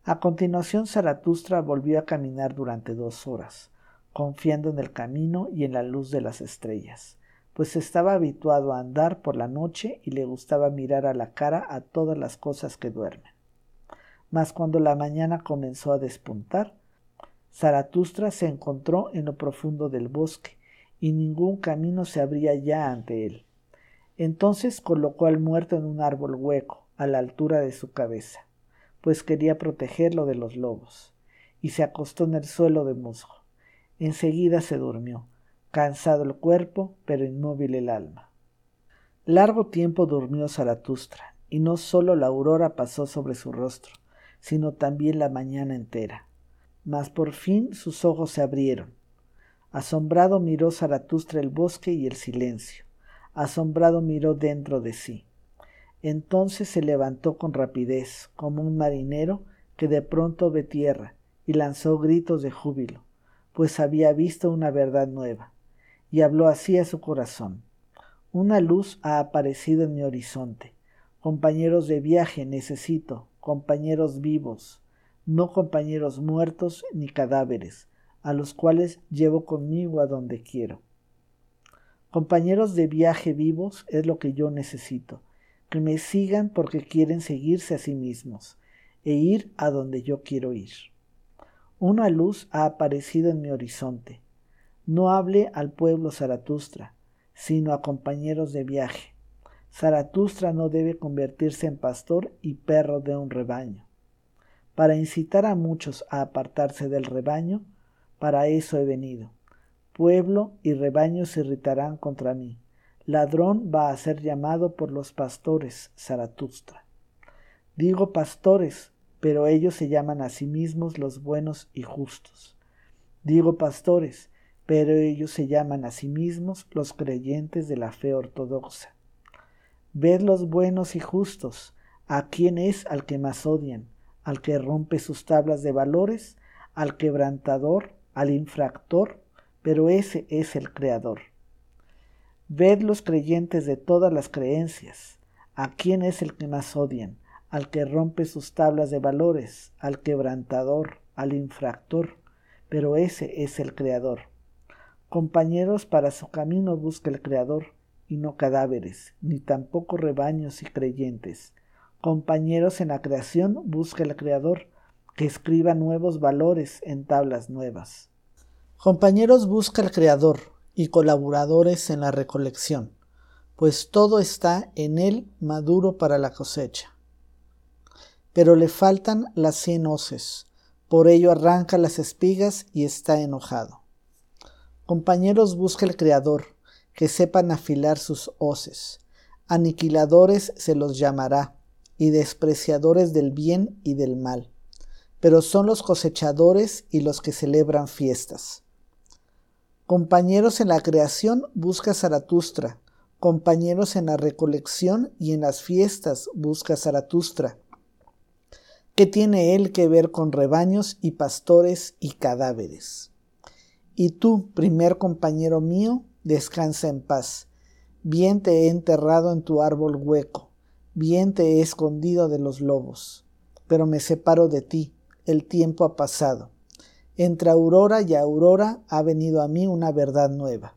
A continuación, Zaratustra volvió a caminar durante 2 horas, confiando en el camino y en la luz de las estrellas, pues estaba habituado a andar por la noche y le gustaba mirar a la cara a todas las cosas que duermen. Mas cuando la mañana comenzó a despuntar, Zaratustra se encontró en lo profundo del bosque, y ningún camino se abría ya ante él. Entonces colocó al muerto en un árbol hueco, a la altura de su cabeza, pues quería protegerlo de los lobos, y se acostó en el suelo de musgo. Enseguida se durmió, cansado el cuerpo, pero inmóvil el alma. Largo tiempo durmió Zaratustra, y no sólo la aurora pasó sobre su rostro, sino también la mañana entera. Mas por fin sus ojos se abrieron. Asombrado miró Zaratustra el bosque y el silencio. Asombrado miró dentro de sí. Entonces se levantó con rapidez, como un marinero que de pronto ve tierra, y lanzó gritos de júbilo, pues había visto una verdad nueva, y habló así a su corazón: una luz ha aparecido en mi horizonte. Compañeros de viaje necesito, compañeros vivos, no compañeros muertos ni cadáveres, a los cuales llevo conmigo a donde quiero. Compañeros de viaje vivos es lo que yo necesito, que me sigan porque quieren seguirse a sí mismos e ir a donde yo quiero ir. Una luz ha aparecido en mi horizonte. No hable al pueblo Zaratustra, sino a compañeros de viaje. Zaratustra no debe convertirse en pastor y perro de un rebaño. Para incitar a muchos a apartarse del rebaño, para eso he venido. Pueblo y rebaño se irritarán contra mí. Ladrón va a ser llamado por los pastores, Zaratustra. Digo pastores, pero ellos se llaman a sí mismos los buenos y justos. Digo pastores, pero ellos se llaman a sí mismos los creyentes de la fe ortodoxa. Ved los buenos y justos, ¿a quién es al que más odian? ¿Al que rompe sus tablas de valores? ¿Al quebrantador? ¿Al infractor? Pero ese es el Creador. Ved los creyentes de todas las creencias, ¿a quién es el que más odian? ¿Al que rompe sus tablas de valores? ¿Al quebrantador? ¿Al infractor? Pero ese es el Creador. Compañeros, para su camino busca el Creador, y no cadáveres, ni tampoco rebaños y creyentes. Compañeros, en la creación busca el Creador, que escriba nuevos valores en tablas nuevas. Compañeros, busca el Creador, y colaboradores en la recolección, pues todo está en él maduro para la cosecha. Pero le faltan las 100 hoces, por ello arranca las espigas y está enojado. Compañeros, busca el Creador, que sepan afilar sus hoces. Aniquiladores se los llamará, y despreciadores del bien y del mal. Pero son los cosechadores y los que celebran fiestas. Compañeros, en la creación busca Zaratustra. Compañeros, en la recolección y en las fiestas busca Zaratustra. ¿Qué tiene él que ver con rebaños y pastores y cadáveres? Y tú, primer compañero mío, descansa en paz. Bien te he enterrado en tu árbol hueco, bien te he escondido de los lobos. Pero me separo de ti, el tiempo ha pasado. Entre aurora y aurora ha venido a mí una verdad nueva.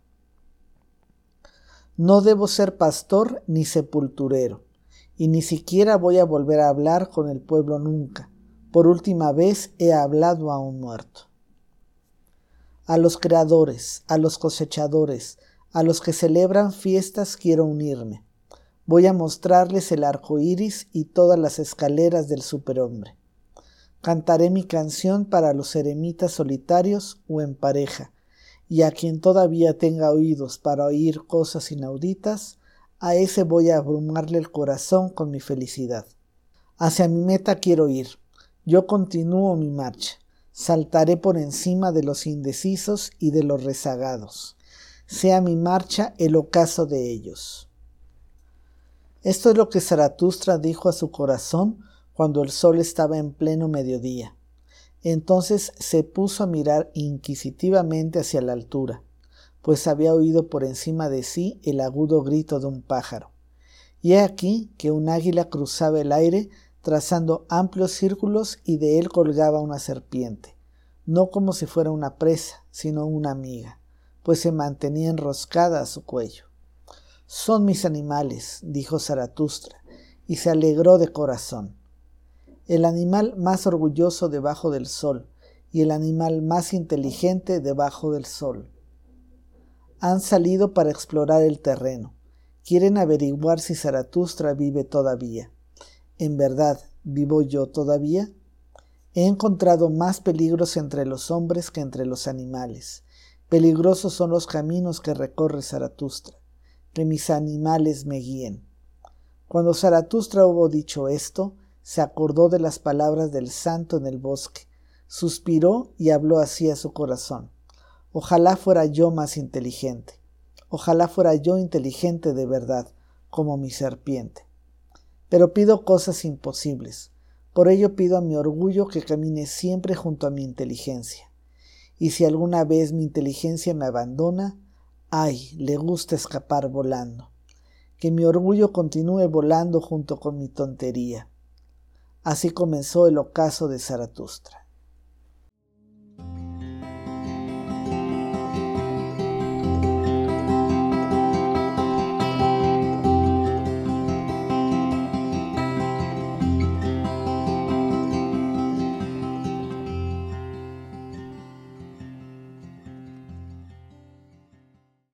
No debo ser pastor ni sepulturero, y ni siquiera voy a volver a hablar con el pueblo nunca. Por última vez he hablado a un muerto. A los creadores, a los cosechadores, a los que celebran fiestas quiero unirme. Voy a mostrarles el arco iris y todas las escaleras del superhombre. Cantaré mi canción para los eremitas solitarios o en pareja, y a quien todavía tenga oídos para oír cosas inauditas, a ese voy a abrumarle el corazón con mi felicidad. Hacia mi meta quiero ir. Yo continúo mi marcha. Saltaré por encima de los indecisos y de los rezagados. Sea mi marcha el ocaso de ellos. Esto es lo que Zaratustra dijo a su corazón cuando el sol estaba en pleno mediodía. Entonces se puso a mirar inquisitivamente hacia la altura, pues había oído por encima de sí el agudo grito de un pájaro. Y he aquí que un águila cruzaba el aire trazando amplios círculos, y de él colgaba una serpiente, no como si fuera una presa, sino una amiga, pues se mantenía enroscada a su cuello. «Son mis animales», dijo Zaratustra, y se alegró de corazón. El animal más orgulloso debajo del sol, y el animal más inteligente debajo del sol. Han salido para explorar el terreno. Quieren averiguar si Zaratustra vive todavía. ¿En verdad vivo yo todavía? He encontrado más peligros entre los hombres que entre los animales. Peligrosos son los caminos que recorre Zaratustra. Que mis animales me guíen. Cuando Zaratustra hubo dicho esto, se acordó de las palabras del santo en el bosque, suspiró y habló así a su corazón: «Ojalá fuera yo más inteligente. Ojalá fuera yo inteligente de verdad, como mi serpiente. Pero pido cosas imposibles. Por ello pido a mi orgullo que camine siempre junto a mi inteligencia. Y si alguna vez mi inteligencia me abandona, ¡ay!, le gusta escapar volando. Que mi orgullo continúe volando junto con mi tontería». Así comenzó el ocaso de Zaratustra.